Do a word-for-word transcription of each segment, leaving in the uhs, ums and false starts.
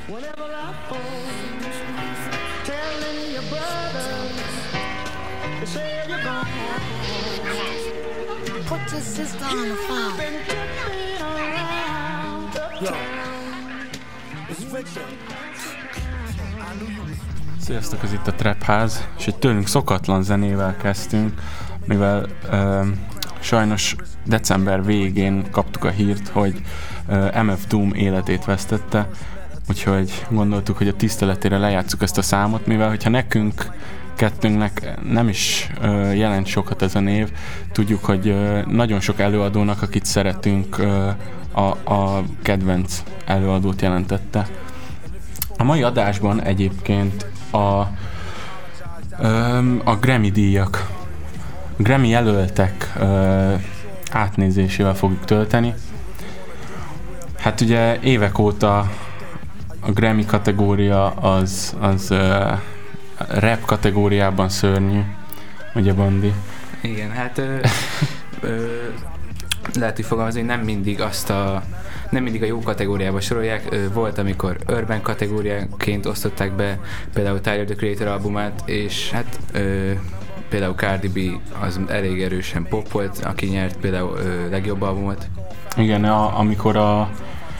Put your sister on the phone. Yo, it's Victor. Sziasztok, ez itt a Trap Ház, és egy tőlünk szokatlan zenével kezdtünk, mivel uh, sajnos december végén kaptuk a hírt, hogy uh, em ef Doom életét vesztette, úgyhogy gondoltuk, hogy a tiszteletére lejátszuk ezt a számot, mivel hogyha nekünk kettőnknek nem is uh, jelent sokat ez a név, tudjuk, hogy uh, nagyon sok előadónak, akit szeretünk, uh, a, a kedvenc előadót jelentette. A mai adásban egyébként a, a Grammy díjak, Grammy jelöltek átnézésével fogjuk tölteni. Hát ugye évek óta a Grammy kategória az, az rap kategóriában szörnyű, ugye Bandi? Igen, hát ö, ö, lehet, hogy fogalmazni, hogy nem mindig azt a nem mindig a jó kategóriába sorolják. Volt, amikor urban kategóriáként osztották be például Tyler, the Creator albumát, és hát ö, például Cardi B az elég erősen pop volt, aki nyert például ö, legjobb albumot. Igen, a, amikor a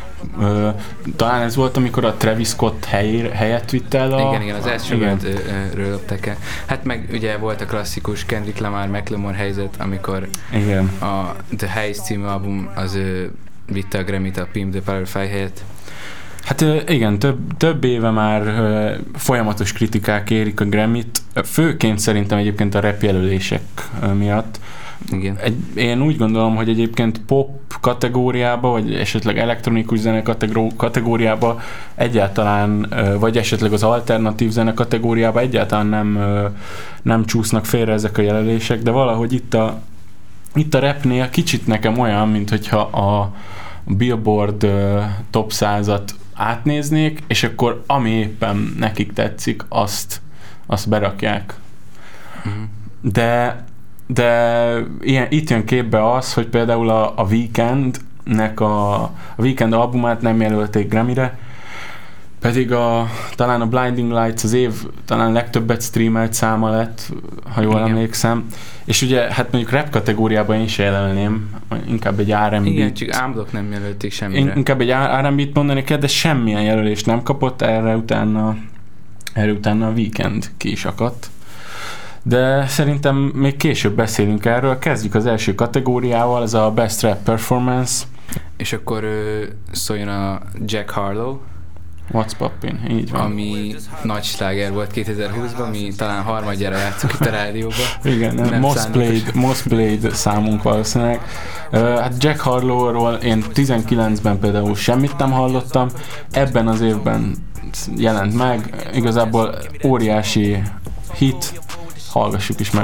ö, talán ez volt, amikor a Travis Scott hely, helyet vitt el a... Igen, igen, az elsőről lopták el. Hát meg ugye volt a klasszikus Kendrick Lamar, Macklemore helyzet, amikor igen. A The Heist című album az ö, vitte a Grammy-t a Pimp the Powerful helyett. Hát igen, több, több éve már uh, folyamatos kritikák érik a Grammy-t, főként szerintem egyébként a rap jelölések uh, miatt. Igen. Egy, én úgy gondolom, hogy egyébként pop kategóriába, vagy esetleg elektronikus zene kategóriába egyáltalán, uh, vagy esetleg az alternatív zene kategóriába egyáltalán nem, uh, nem csúsznak félre ezek a jelölések, de valahogy itt a, itt a rapnél kicsit nekem olyan, mint hogyha a Billboard uh, top százat átnéznék, és akkor ami éppen nekik tetszik, azt, azt berakják. Uh-huh. De, de ilyen, itt jön képbe az, hogy például a, a Weekndnek a, a Weeknd albumát nem jelölték Grammy-re, pedig a, talán a Blinding Lights az év talán legtöbbet streamelt száma lett, ha jól igen. emlékszem. És ugye, hát mondjuk rap kategóriában én is jelölném, inkább egy er and bé-t. Igen, csak unblock nem jelölték semmire. Inkább egy er and bé-t mondani kell, de semmilyen jelölést nem kapott, erre utána, erre utána a Weeknd ki is akadt. De szerintem még később beszélünk erről. Kezdjük az első kategóriával, ez a Best Rap Performance. És akkor ö, szóljon a Jack Harlow. What's Poppin', így van. Ami nagy sláger volt kétezer-húszban, ami talán harmadjára játszunk itt a rádióban. Igen, nem most, played, most played számunk valószínűleg. Uh, hát Jack Harlow-ról én tizenkilencben például semmit nem hallottam, ebben az évben jelent meg, igazából óriási hit, hallgassuk is meg.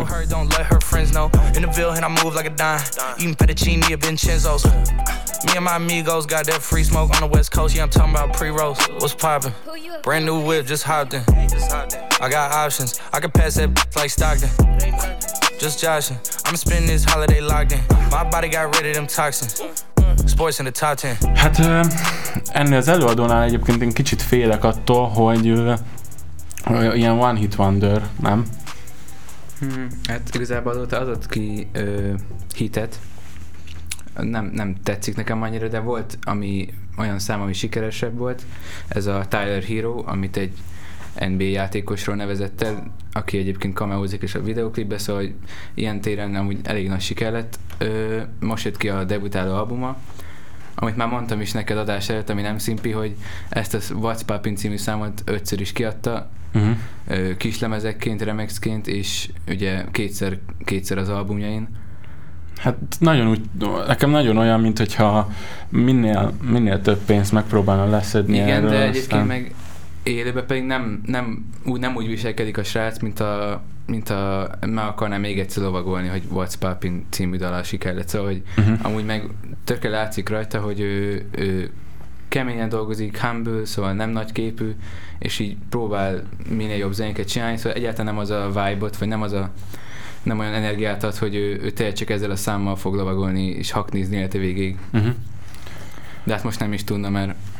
Me and my amigos got that free smoke on the west coast, yeah, I'm talking about pre-rolls. What's poppin'? Brand new whip, just hopped in. I got options, I can pass that like Stockton. Just joshing, I'm spending this holiday locked in. My body got rid of them toxins. Sports in the top ten. Hát ennél az előadónál egyébként én kicsit félek attól, hogy uh, ilyen one hit wonder, nem? Hmm, hát igazából azóta adott ki uh, hitet. Nem, nem tetszik nekem annyira, de volt ami olyan szám, ami sikeresebb volt. Ez a Tyler Hero, amit egy en bé á játékosról nevezett el, aki egyébként cameózik is a videóklipbe, szóval hogy ilyen téren amúgy elég nagy siker lett. Ö, most jött ki a debutáló albuma, amit már mondtam is neked adás előtt, ami nem szimpi, hogy ezt a What's Poppin' című számot ötször is kiadta, uh-huh. ö, kislemezekként, remixként, és ugye kétszer, kétszer az albumjain. Hát nagyon úgy, nekem nagyon olyan, mint hogyha minél, minél több pénzt megpróbálna leszedni. Igen, erről, de egyébként aztán... meg élőben pedig nem, nem, úgy, nem úgy viselkedik a srác, mint a, mint a meg akarná még egyszer lovagolni, hogy What's Poppin' című dal a siker lett, szóval hogy uh-huh. amúgy meg tökre látszik rajta, hogy ő, ő keményen dolgozik, humble, szóval nem nagyképű, és így próbál minél jobb zenéket csinálni, szóval egyáltalán nem az a vibe-ot, vagy nem az a nem olyan energiát ad, hogy ő, ő tényleg csak ezzel a számmal fog lovagolni és haknizni élete végéig. Uh-huh. De hát most nem is tudna, mert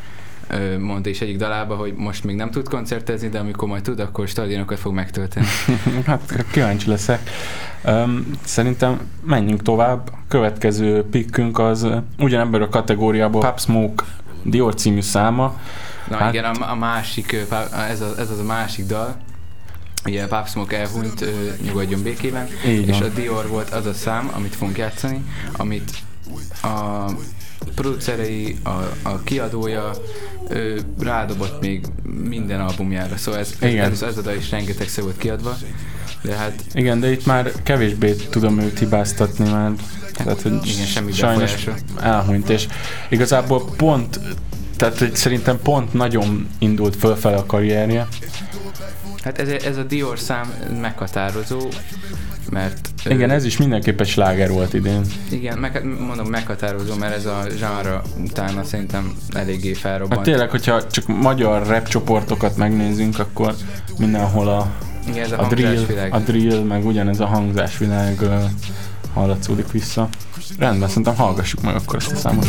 mondta is egyik dalába, hogy most még nem tud koncertezni, de amikor majd tud, akkor stadionokat fog megtölteni. Hát kíváncsi leszek. Um, szerintem menjünk tovább. Következő pickünk az ugyanebből a kategóriából Pop Smoke Dior című száma. Na hát, igen, a, a másik, ez, a, ez az a másik dal. Ugye Pop Smoke elhunyt, nyugodjon békében, és a Dior volt az a szám, amit fogunk játszani, amit a producerei, a, a kiadója ő, rádobott még minden albumjára, szóval ez, ez, ez a dal is rengetegszer volt kiadva, de hát... Igen, de itt már kevésbé tudom őt hibáztatni már, tehát, hogy igen, semmi sajnos elhunyt, és igazából pont, tehát hogy szerintem pont nagyon indult fölfele a karrierje. Hát ez, ez a Dior szám meghatározó, mert... Igen, ez is mindenképpen sláger volt idén. Igen, meg, mondom meghatározó, mert ez a zsára utána szerintem eléggé felrobbant. Hát tényleg, hogyha csak magyar rap csoportokat megnézzünk, akkor mindenhol a, igen, ez a, a, drill, a drill, meg ugyanez a hangzásvilág uh, hallatszódik vissza. Rendben, szerintem hallgassuk meg akkor ezt a számot.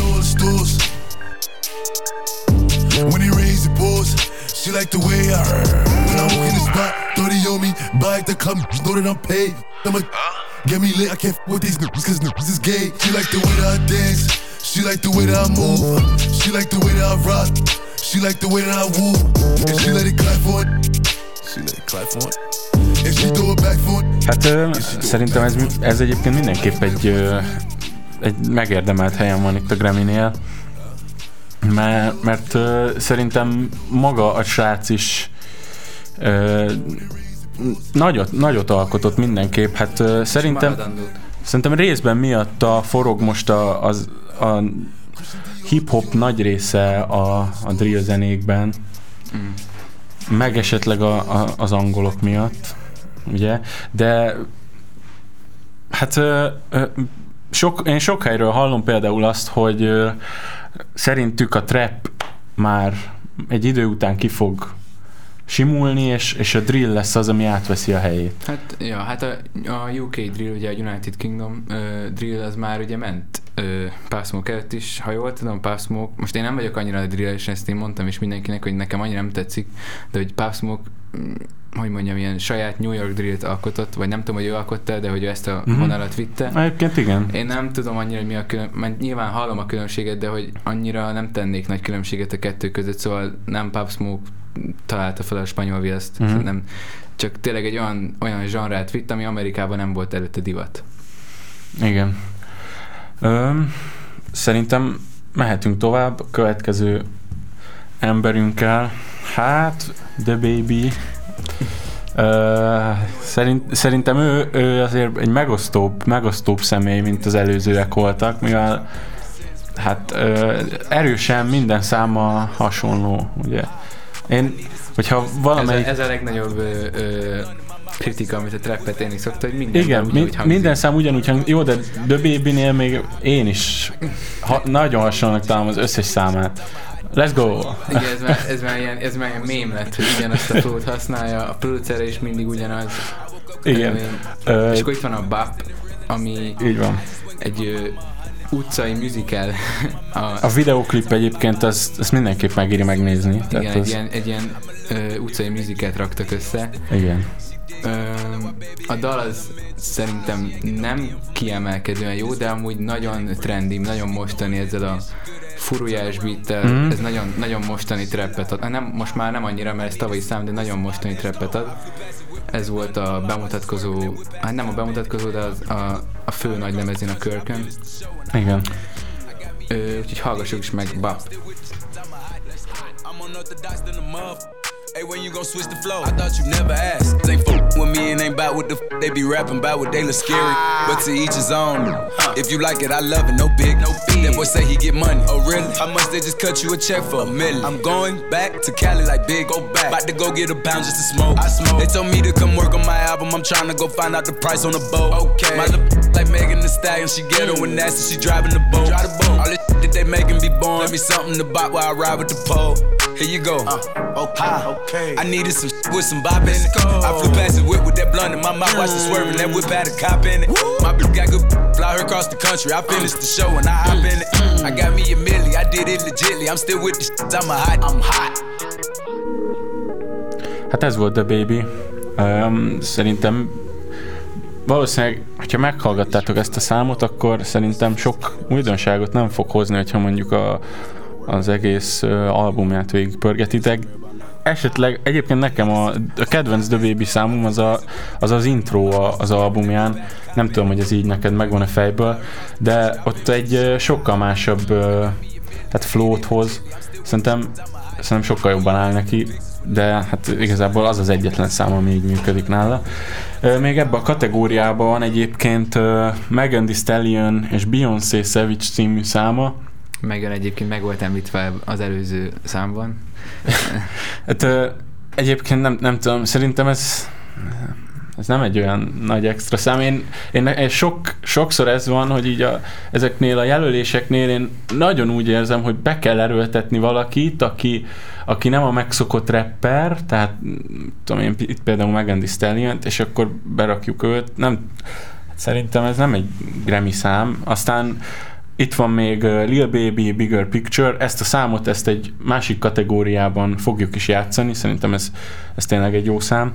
She like the way I when I walk in the spot, thirty on me, buy the come, know that I'm paid. I'ma get me lit, I can't f with these niggas, cause niggas is gay. She like the way that I dance, she like the way that I move, she like the way that I rock, she like the way that I woo, and she let it clap for it, she let it clap for it, and she throw it back for it. Hát ö, szerintem ez, ez egyébként mindenképp egy, ö, egy megérdemelt helyen van itt a Grammy-nél. Mert, mert uh, szerintem maga a srác is uh, nagyot, nagyot alkotott mindenképp. Hát uh, szerintem, szerintem részben miatta forog most a, az, a hip-hop nagy része a, a drill zenékben, mm. meg esetleg a, a, az angolok miatt, ugye? De hát uh, uh, sok, én sok helyről hallom például azt, hogy uh, szerintük a trap már egy idő után ki fog simulni, és, és a drill lesz az, ami átveszi a helyét. Hát, ja, hát a, a U K drill, ugye a United Kingdom uh, drill az már ugye ment uh, Pop Smoke előtt is, ha jól tudom, Pop Smoke, most én nem vagyok annyira a drill, és ezt én mondtam is mindenkinek, hogy nekem annyira nem tetszik, de hogy Pop Smoke, hogy mondjam, ilyen saját New York drillt alkotott, vagy nem tudom, hogy ő alkotta, de hogy ő ezt a mm-hmm. vonalat vitte. Egyébként igen. Én nem tudom annyira, hogy mi a különbség, mert nyilván hallom a különbséget, de hogy annyira nem tennék nagy különbséget a kettő között, szóval nem Pop Smoke találta fel a spanyol viaszt, mm-hmm. nem, csak tényleg egy olyan, olyan zsanrát vitt, ami Amerikában nem volt előtte divat. Igen. Öm, szerintem mehetünk tovább, a következő emberünkkel, hát The Baby. Uh, szerint, szerintem ő, ő azért egy megosztóbb, megosztóbb személy, mint az előzőek voltak, mivel hát uh, erősen minden száma hasonló, ugye. Én, hogyha valamelyik... Ez a, ez a legnagyobb ö, ö, kritika, amit a trappet én is szokta, hogy minden igen, mi, minden szám ugyanúgy hangzik. Jó, de The Baby-nél még én is ha, nagyon hasonlónak találom az összes számát. Let's go! Igen, ez már, ez már ilyen, ez már ilyen mém lett, hogy ugyanazt a flót használja, a producer is mindig ugyanaz. Igen. Ö, és akkor itt van a Bap, ami így van. egy ö, utcai musical. A, a videóklip egyébként, azt, azt mindenképp megéri megnézni. Igen, egy, az... ilyen, egy ilyen ö, utcai musicalt raktak össze. Igen. Ö, a dal az szerintem nem kiemelkedően jó, de amúgy nagyon trendy, nagyon mostani ezzel a furujás beattel, mm. ez nagyon, nagyon mostani trappet ad. Nem, most már nem annyira, mert ez tavalyi szám, de nagyon mostani trappet ad. Ez volt a bemutatkozó, hát nem a bemutatkozó, de az, a, a fő nagy lemezén, a Körkön. Igen. Ö, úgyhogy hallgassuk is meg Bap. Hey, when you gon' switch the flow? I thought you never asked. They f*** with me and ain't bout what the f*** they be rapping bout what they look scary. But to each his own. If you like it, I love it, no big, no fee. That boy say he get money. Oh really? How much they just cut you a check for? A million. I'm going back to Cali like big, go back. About to go get a pound just to smoke. I smoke. They told me to come work on my album. I'm trying to go find out the price on the boat. Okay. My little like Megan Thee Stallion, she ghetto and nasty, she driving the boat. Drive the boat. All this that they making me born. Let me something to bop while I ride with the pole. Here you go. Uh, okay, okay. I needed some with some bop in it. I flew past the whip with that blunt in my mouth, watched it swerving. That whip had a cop in it. My bitch got good, fly her across the country. I finished the show and I hop in it. I got me a milli, I did it legitly. I'm still with the shit, I'm a hot, I'm hot. Hát ez volt The Baby. Um, szerintem valószínűleg, hogyha meghallgattátok ezt a számot, akkor szerintem sok újdonságot nem fog hozni, hogyha mondjuk a, az egész uh, albumját végigpörgetitek. Esetleg, egyébként nekem a, a kedvenc The Baby számom az, a, az az intro a, az albumján. Nem tudom, hogy ez így neked megvan a fejből, de ott egy uh, sokkal másabb uh, tehát flow-t hoz. Szerintem, szerintem sokkal jobban áll neki, de hát igazából az az egyetlen szám, ami így működik nála. Még ebben a kategóriában van egyébként Megan Thee Stallion és Beyoncé Savage című száma. Megan egyébként meg volt említve az előző számban. Hát egyébként nem, nem tudom, szerintem ez ez nem egy olyan nagy extra szám. Én, én, én sok, sokszor ez van, hogy így a, ezeknél a jelöléseknél én nagyon úgy érzem, hogy be kell erőltetni valakit, aki, aki nem a megszokott rapper, tehát tudom én, itt például Megan Thee Stallion, és akkor berakjuk őt. Nem, szerintem ez nem egy Grammy szám. Aztán itt van még Lil Baby, Bigger Picture. Ezt a számot, ezt egy másik kategóriában fogjuk is játszani. Szerintem ez, ez tényleg egy jó szám.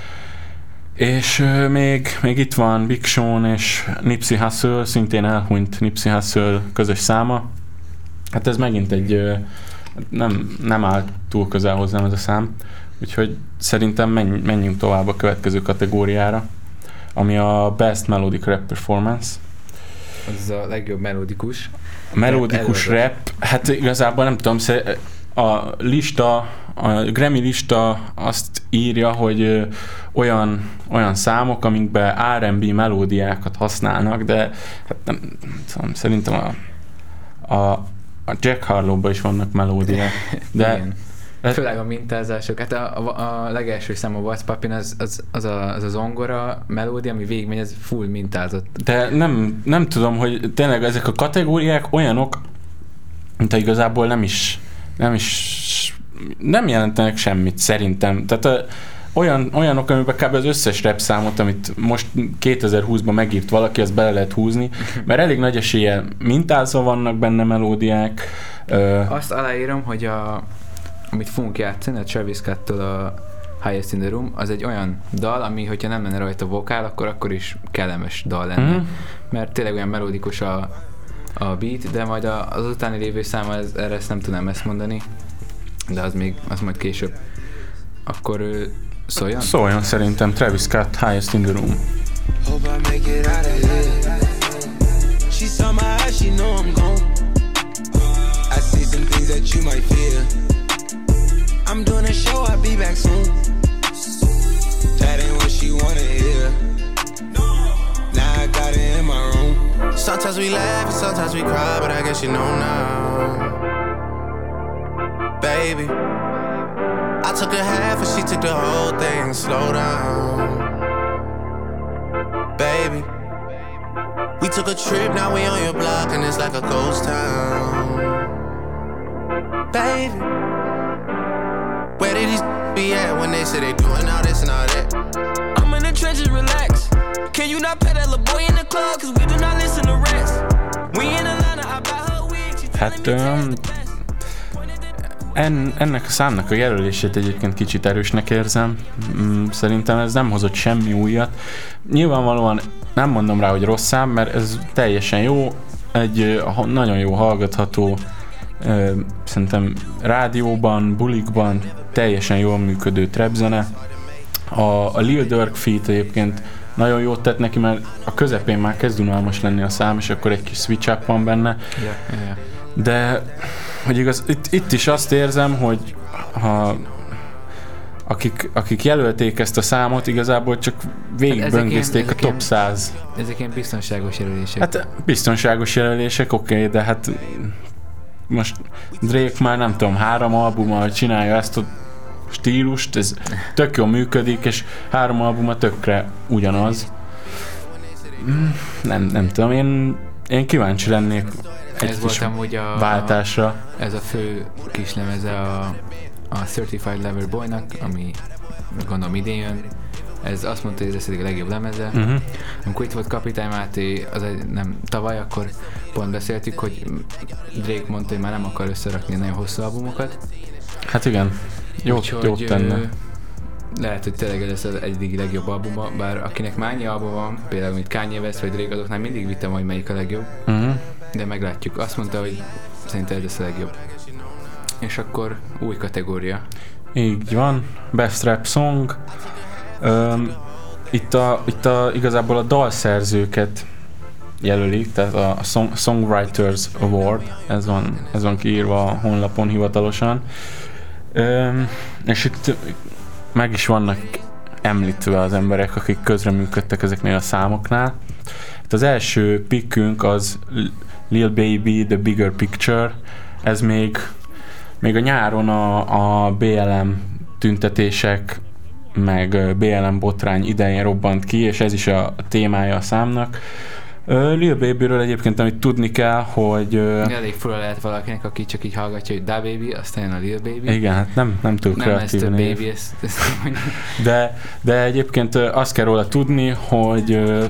És uh, még, még itt van Big Sean és Nipsey Hussle, szintén elhunyt Nipsey Hussle közös száma. Hát ez megint egy uh, nem, nem áll túl közel hozzám ez a szám, úgyhogy szerintem menj, menjünk tovább a következő kategóriára, ami a Best Melodic Rap Performance. Az a legjobb melodikus. A melodikus rap, rap, hát igazából nem tudom, a lista, a Grammy lista azt írja, hogy olyan, olyan számok, amikben er and bé melódiákat használnak, de hát nem, nem szerintem a, a, a Jack Harlow-ban is vannak melódiák. De főleg a mintázások. Hát a, a, a legelső szám a What's Poppin' az, az, az, a, az a zongora melódia, ami végigmegy, ez full mintázott. De nem, nem tudom, hogy tényleg ezek a kategóriák olyanok, mint igazából nem is nem is nem jelentenek semmit szerintem. Tehát a, olyan, olyanok, amiben kb. Az összes rap számot, amit most kétezer-húszban megírt valaki, azt bele lehet húzni, mert elég nagy eséllyel mintázva vannak benne melódiák. Azt aláírom, hogy a, amit fogunk játszani, a Travis Scott-tól a Highest in the Room, az egy olyan dal, ami, hogyha nem lenne rajta vokál, akkor akkor is kellemes dal lenne. Mm. Mert tényleg olyan melódikus a a beat, de majd az utáni lévő száma, ez, erre ezt nem tudnám ezt mondani, de az még, az majd később. Akkor ő szóljon? Szóljon szerintem, Travis Scott, Highest in the Room. Hope I make it out of here. She saw my eyes, she know I'm gone. I see some things that you might fear. I'm doing a show, I'll be back soon. That ain't what she wanna hear. Now I got it in my room. Sometimes we laugh and sometimes we cry, but I guess you know now. Baby, I took a half and she took the whole thing. Slow down. Baby, we took a trip, now we on your block and it's like a ghost town. Baby, where did these be at when they say they doing all this and all that? I'm in the trenches, relax. Can you not pet that little boy in the club? Cause we do not listen to rest. We in Atlanta, I buy her wig. She Hát um, en, ennek a számnak a jelölését egyébként kicsit erősnek érzem. Szerintem ez nem hozott semmi újat. Nyilvánvalóan nem mondom rá, hogy rossz szám, mert ez teljesen jó. Egy nagyon jó hallgatható, szerintem rádióban, bulikban teljesen jól működő trapzene. A, a Lil Durk feat egyébként nagyon jót tett neki, mert a közepén már kezd unalmas lenni a szám, és akkor egy kis switch up van benne. Yeah, yeah. De hogy igaz, itt, itt is azt érzem, hogy ha akik, akik jelölték ezt a számot, igazából csak végigböngészték a top száz. Ezek ilyen biztonságos jelölések. Hát biztonságos jelölések, oké, okay, de hát most Drake már nem tudom, három albummal csinálja ezt a stílust, ez tök jól működik, és három albuma tökre ugyanaz. Nem, nem tudom, én, én kíváncsi lennék egy ez kis volt amúgy a, váltásra. Ez a fő kis lemeze a, a Certified Lover Boynak, ami gondolom idén jön. Ez azt mondta, hogy ez a legjobb lemeze. Uh-huh. Amikor itt volt Kapitány Máté, az egy, nem tavaly, akkor pont beszéltük, hogy Drake mondta, hogy már nem akar összerakni nagyon hosszú albumokat. Hát igen, jót, jót tenne. Lehet, hogy tényleg ez lesz az eddigi legjobb albuma, bár akinek már annyi album van, például mint Kanye West vagy Drake, azoknál mindig vittem, hogy melyik a legjobb. Uh-huh. De meglátjuk. Azt mondta, hogy szerintem ez lesz a legjobb. És akkor új kategória. Így van, Best Rap Song. Um, itt, a, itt a, igazából a dalszerzőket jelölik, tehát a Song, Songwriters Award, ez van, ez van kiírva a honlapon hivatalosan. Um, és itt meg is vannak említve az emberek, akik közreműködtek ezeknél a számoknál. Itt az első pickünk az Lil Baby, The Bigger Picture. Ez még, még a nyáron a, a bé el em tüntetések meg bé el em botrány idején robbant ki, és ez is a témája a számnak. Uh, Lil Babyről egyébként, amit tudni kell, hogy... Uh, elég fura lehet valakinek, aki csak így hallgatja, hogy Da Baby, aztán a Lil Baby. Igen, hát nem, nem túl kreatív nem név. Baby, ezt, ezt de, de egyébként uh, azt kell róla tudni, hogy uh,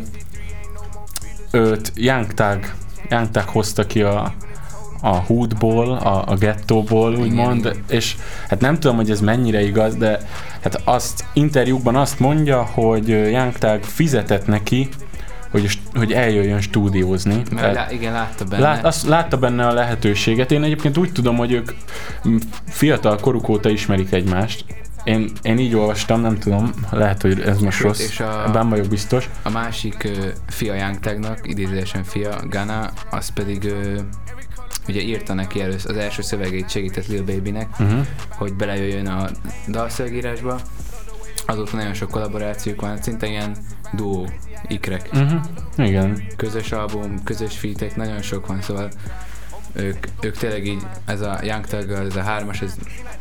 őt Young Thug, Young Thug hozta ki a, a hoodból, a, a gettóból, úgymond, és hát nem tudom, hogy ez mennyire igaz, de hát azt interjúkban azt mondja, hogy Young Thug fizetett neki, hogy, hogy eljöjjön stúdiózni. Mert lá, igen, látta benne. Lát, azt, látta benne a lehetőséget. Én egyébként úgy tudom, hogy ők fiatal koruk óta ismerik egymást. Én, én így olvastam, nem tudom, lehet, hogy ez most rossz, és a, ebben vagyok biztos. A másik uh, fia Young Thugnak, idézőesen fia, Gunna, az pedig uh, ugye írta neki először, az első szövegét segített Lil Babynek, uh-huh. hogy belejöjjön a dalszövegírásba. Azóta nagyon sok kollaborációk van, szinte ilyen duó ikrek. Uh-huh. Igen. Közös album, közös featek, nagyon sok van, szóval ők, ők tényleg így, ez a Young Thug, ez a hármas, ez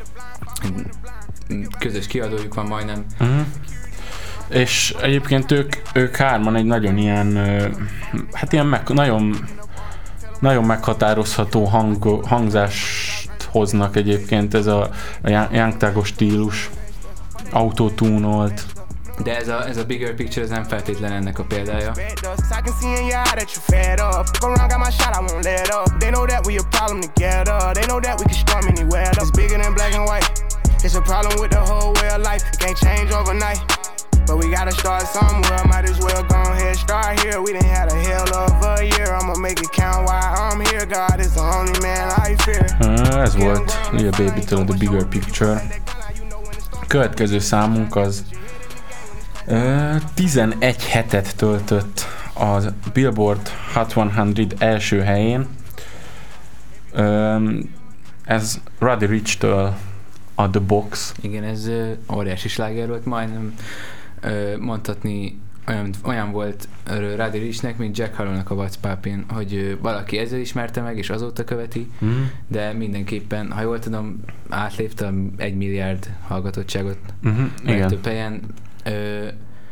közös kiadójuk van majdnem. Uh-huh. És egyébként ők, ők hárman egy nagyon ilyen, hát ilyen meg, nagyon, nagyon meghatározható hang, hangzást hoznak egyébként, ez a, a Young Thug-os stílus, autotúnolt. De ez a, ez a Bigger Picture, ez nem feltétlen ennek a példája. It's a problem with the whole way of life. It can't change overnight. But we gotta start somewhere. Might as well go ahead, start here. We done had a hell of a year. I'ma make it count while I'm here. God is the only man I fear. Uh, ez volt Lil Baby-től The Bigger Picture. A következő számunk az uh, tizenegy hetet töltött a Billboard Hot száz első helyén. Um, ez Roddy Ricch-től a The Box. Igen, ez uh, óriási sláger volt, majdnem uh, mondhatni olyan, olyan volt uh, Roddy Ricchnek, mint Jack Harlow-nak a What's Poppin', hogy uh, valaki ezzel ismerte meg, és azóta követi, mm. de mindenképpen, ha jól tudom, átlépte egy milliárd hallgatottságot mm-hmm, igen. több helyen. Uh,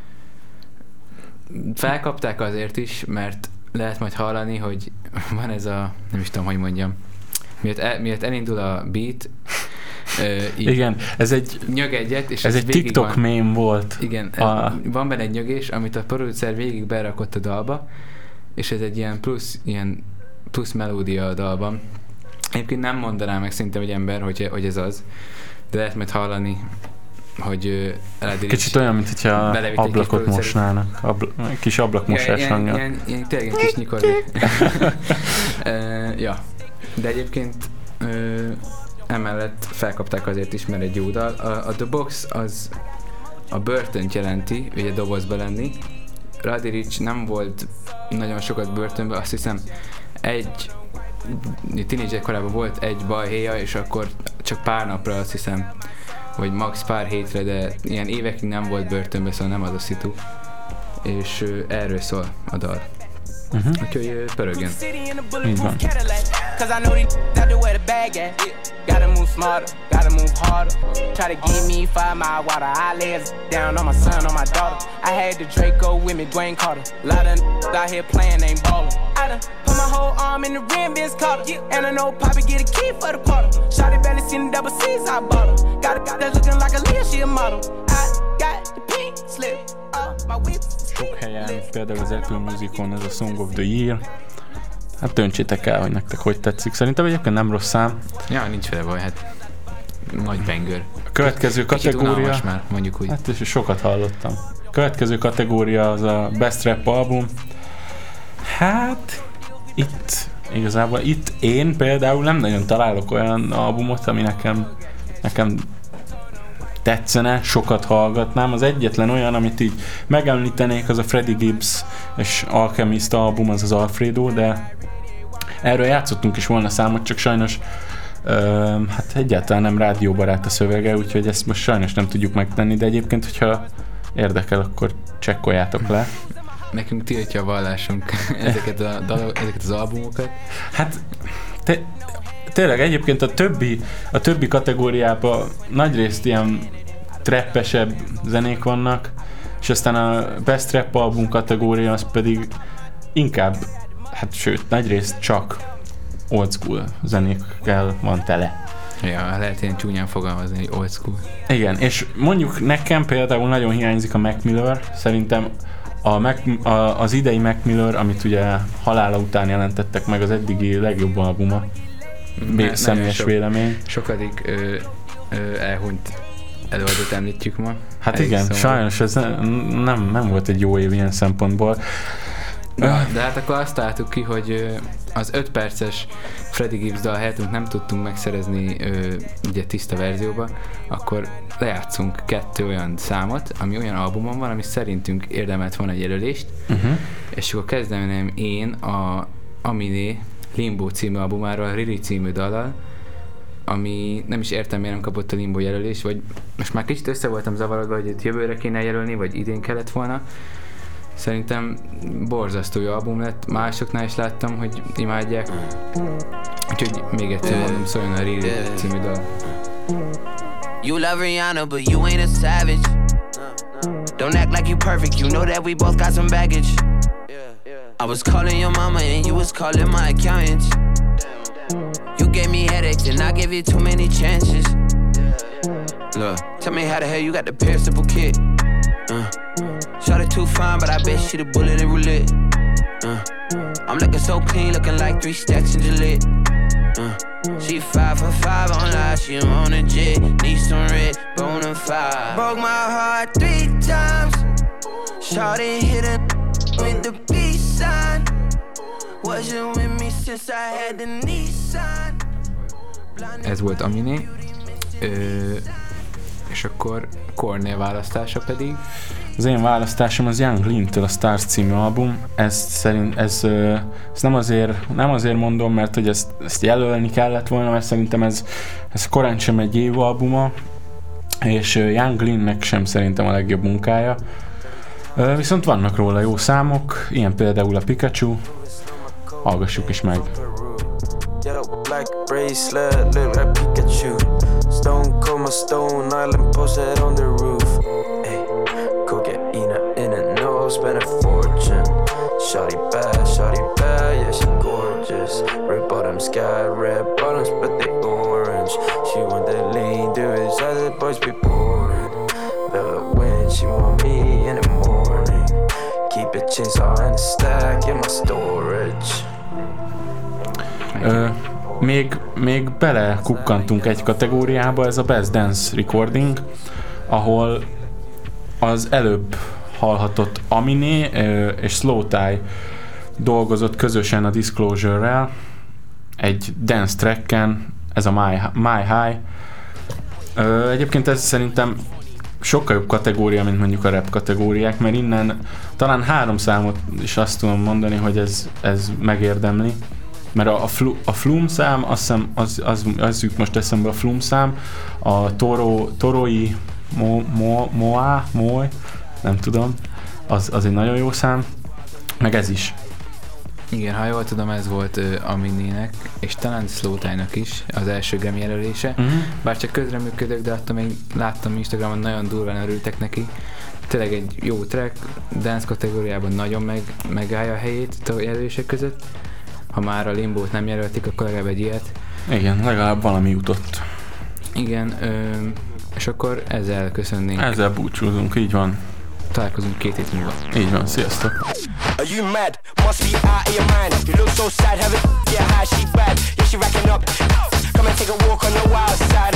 felkapták azért is, mert lehet majd hallani, hogy van ez a, nem is tudom, hogy mondjam, miatt, el, miatt elindul a beat, Uh, igen, ez egy nyög egyet, és ez egy TikTok van, meme volt. Igen, a... van benne egy nyögés, amit a producer végig berakott a dalba, és ez egy ilyen plusz, ilyen plusz melódia a dalban. Egyébként nem mondaná meg szinte egy ember, hogy, hogy ez az, de lehet majd hallani, hogy uh, kicsit olyan, mint hogyha ablakot mosnának. Abla- kis ablakmosás ja, hangja. Ilyen, ilyen, ilyen tényleg egy kis nyikorgás. uh, ja, de egyébként uh, emellett felkapták azért is, mert egy jó dal. A, a The Box az a börtönt jelenti, ugye dobozba lenni. Roddy Ricch nem volt nagyon sokat börtönben, azt hiszem egy tínédzser korában volt egy balhéja, és akkor csak pár napra, azt hiszem, vagy max pár hétre, de ilyen évekig nem volt börtönben, szóval nem az a szitu. És uh, erről szól a dal. Uh-huh. Úgyhogy uh, pörögjön. Így van. Cause I know these out there where the bag at. Gotta move smarter, gotta move harder. Try to give me five mile water. I lay it down on my son, on my daughter. I had the Draco with me, Dwayne Carter. Lot of out here playing, ain't ballin'. I done put my whole arm in the rim, Ben's collar. And I know Poppy get a key for the quarter. Shawty barely seen the double C's, I bought her. Got a guy that's looking like a Leah, she a model. I got the pink slip, uh, my whip. Sok helyen, például az Apple Musicon ez a Song of the Year. Hát döntsétek el, hogy nektek hogy tetszik. Szerintem egyébként nem rossz szám. Ja, nincs vele baj, hát nagy banger. A következő kategória... már, mondjuk úgy. Hát és sokat hallottam. A következő kategória az a Best Rap album. Hát itt igazából itt én például nem nagyon találok olyan albumot, ami nekem nekem tetszene, sokat hallgatnám. Az egyetlen olyan, amit így megemlítenék, az a Freddie Gibbs és Alchemist album, az az Alfredo, de erről játszottunk is volna számot, csak sajnos ö, hát egyáltalán nem rádióbarát a szövege, úgyhogy ezt most sajnos nem tudjuk megtenni, de egyébként, hogyha érdekel, akkor csekkoljátok le. Nekünk tiltja a vallásunk ezeket, a dalok, ezeket az albumokat. Hát te, tényleg egyébként a többi, a többi kategóriában nagyrészt ilyen trappesebb zenék vannak, és aztán a Best Rap album kategória az pedig inkább, hát sőt, nagyrészt csak old school zenékkel van tele. Ja, lehet ilyen csúnyán fogalmazni, hogy old school. Igen, és mondjuk nekem például nagyon hiányzik a Mac Miller, szerintem a Mac, a, az idei Mac Miller, amit ugye halála után jelentettek meg, az eddigi legjobb albuma. Ne, személyes sok, vélemény. Sokadik ö, ö, elhunyt előadót említjük ma. Hát elég igen, szomorú. Sajnos ez nem, nem volt egy jó év ilyen szempontból. De, de hát akkor azt találtuk ki, hogy az öt perces Freddie Gibbs dal helyett nem tudtunk megszerezni ö, ugye tiszta verzióba, akkor lejátszunk kettő olyan számot, ami olyan albumon van, ami szerintünk érdemelt volna egy jelölést, uh-huh. és akkor kezdeném én a Aminé Limbo című albumáról, a Riri című dallal, ami nem is értem, miért nem kapott a Limbo jelölést, vagy most már kicsit össze voltam zavarodva, hogy itt jövőre kéne jelölni, vagy idén kellett volna. Szerintem borzasztó jó album lett, másoknál is láttam, hogy imádják. Úgyhogy még egyszer mondom, szóljon a Riri című dal. You love Rihanna, but you ain't a savage. Don't act like you perfect, you know that we both got some baggage. I was calling your mama and you was calling my accountants. You gave me headaches and I gave you too many chances. Look, tell me how the hell you got the perishable kid. Uh, Shot it too fine, but I bet she the bullet in roulette. Uh, I'm looking so clean, looking like three stacks in Gillette. Uh, she five for five on live, she on a jet. Need some red, bona fide. Broke my heart three times. Shot it, hit it with the peace sign. Wasn't with me since I had the Nissan. Ez volt Aminé. Ö, és akkor Kornél választása pedig? Az én választásom az Young Lean-től a Stars című album. Ez szerint, ez, ez nem, azért, nem azért mondom, mert hogy ezt, ezt jelölni kellett volna, mert szerintem ez, ez korán sem egy év albuma, és Young Lean-nek sem szerintem a legjobb munkája. Viszont vannak róla jó számok, ilyen például a Pikachu. Hallgassuk is meg. Black bracelet, look like Pikachu. Stone cold, my Stone Island posted on the roof. Hey, go get Ina in a no, spend a fortune. Shawty bad, shawty bad, yeah she gorgeous. Red bottom sky, red bottoms, but they orange. She want that lean, do it, other boys be boring. Love when she want me in the morning. Keep a chainsaw and a stack in my storage. Ö, még, még belekukkantunk egy kategóriába, ez a Best Dance Recording, ahol az előbb hallhatott Aminé és Slowthai dolgozott közösen a Disclosure-rel egy dance tracken, ez a My, My High. Ö, egyébként ez szerintem sokkal jobb kategória, mint mondjuk a rap kategóriák, mert innen talán három számot is azt tudom mondani, hogy ez, ez megérdemli. Mert a, a, flu, a Flume szám, azt hiszem, az, az, az jut most eszembe a Flume szám, a Toro, Toroi Mo, Mo, Moa, Moy, nem tudom, az, az egy nagyon jó szám, meg ez is. Igen, ha jól tudom, ez volt uh, Aminének, és talán Slowthai-nak is az első Grammy jelölése. Uh-huh. Bár csak közreműködök, de attól még láttam Instagramon, nagyon durván örültek neki. Tényleg egy jó track, dance kategóriában nagyon meg, megállja a helyét a jelölések között. ha már a Limbót nem jelölték, akkor legalább egy ilyet. Igen, legalább valami jutott. Igen, ö, és akkor ezzel köszönnénk. Ezzel búcsúzunk, így van. Találkozunk két hét múlva. Így van, sziasztok! Are you mad? Must be out of your mind. You look so sad, have it, yeah, how she bad. Yeah, she racking up. Come and take a walk on the wild side.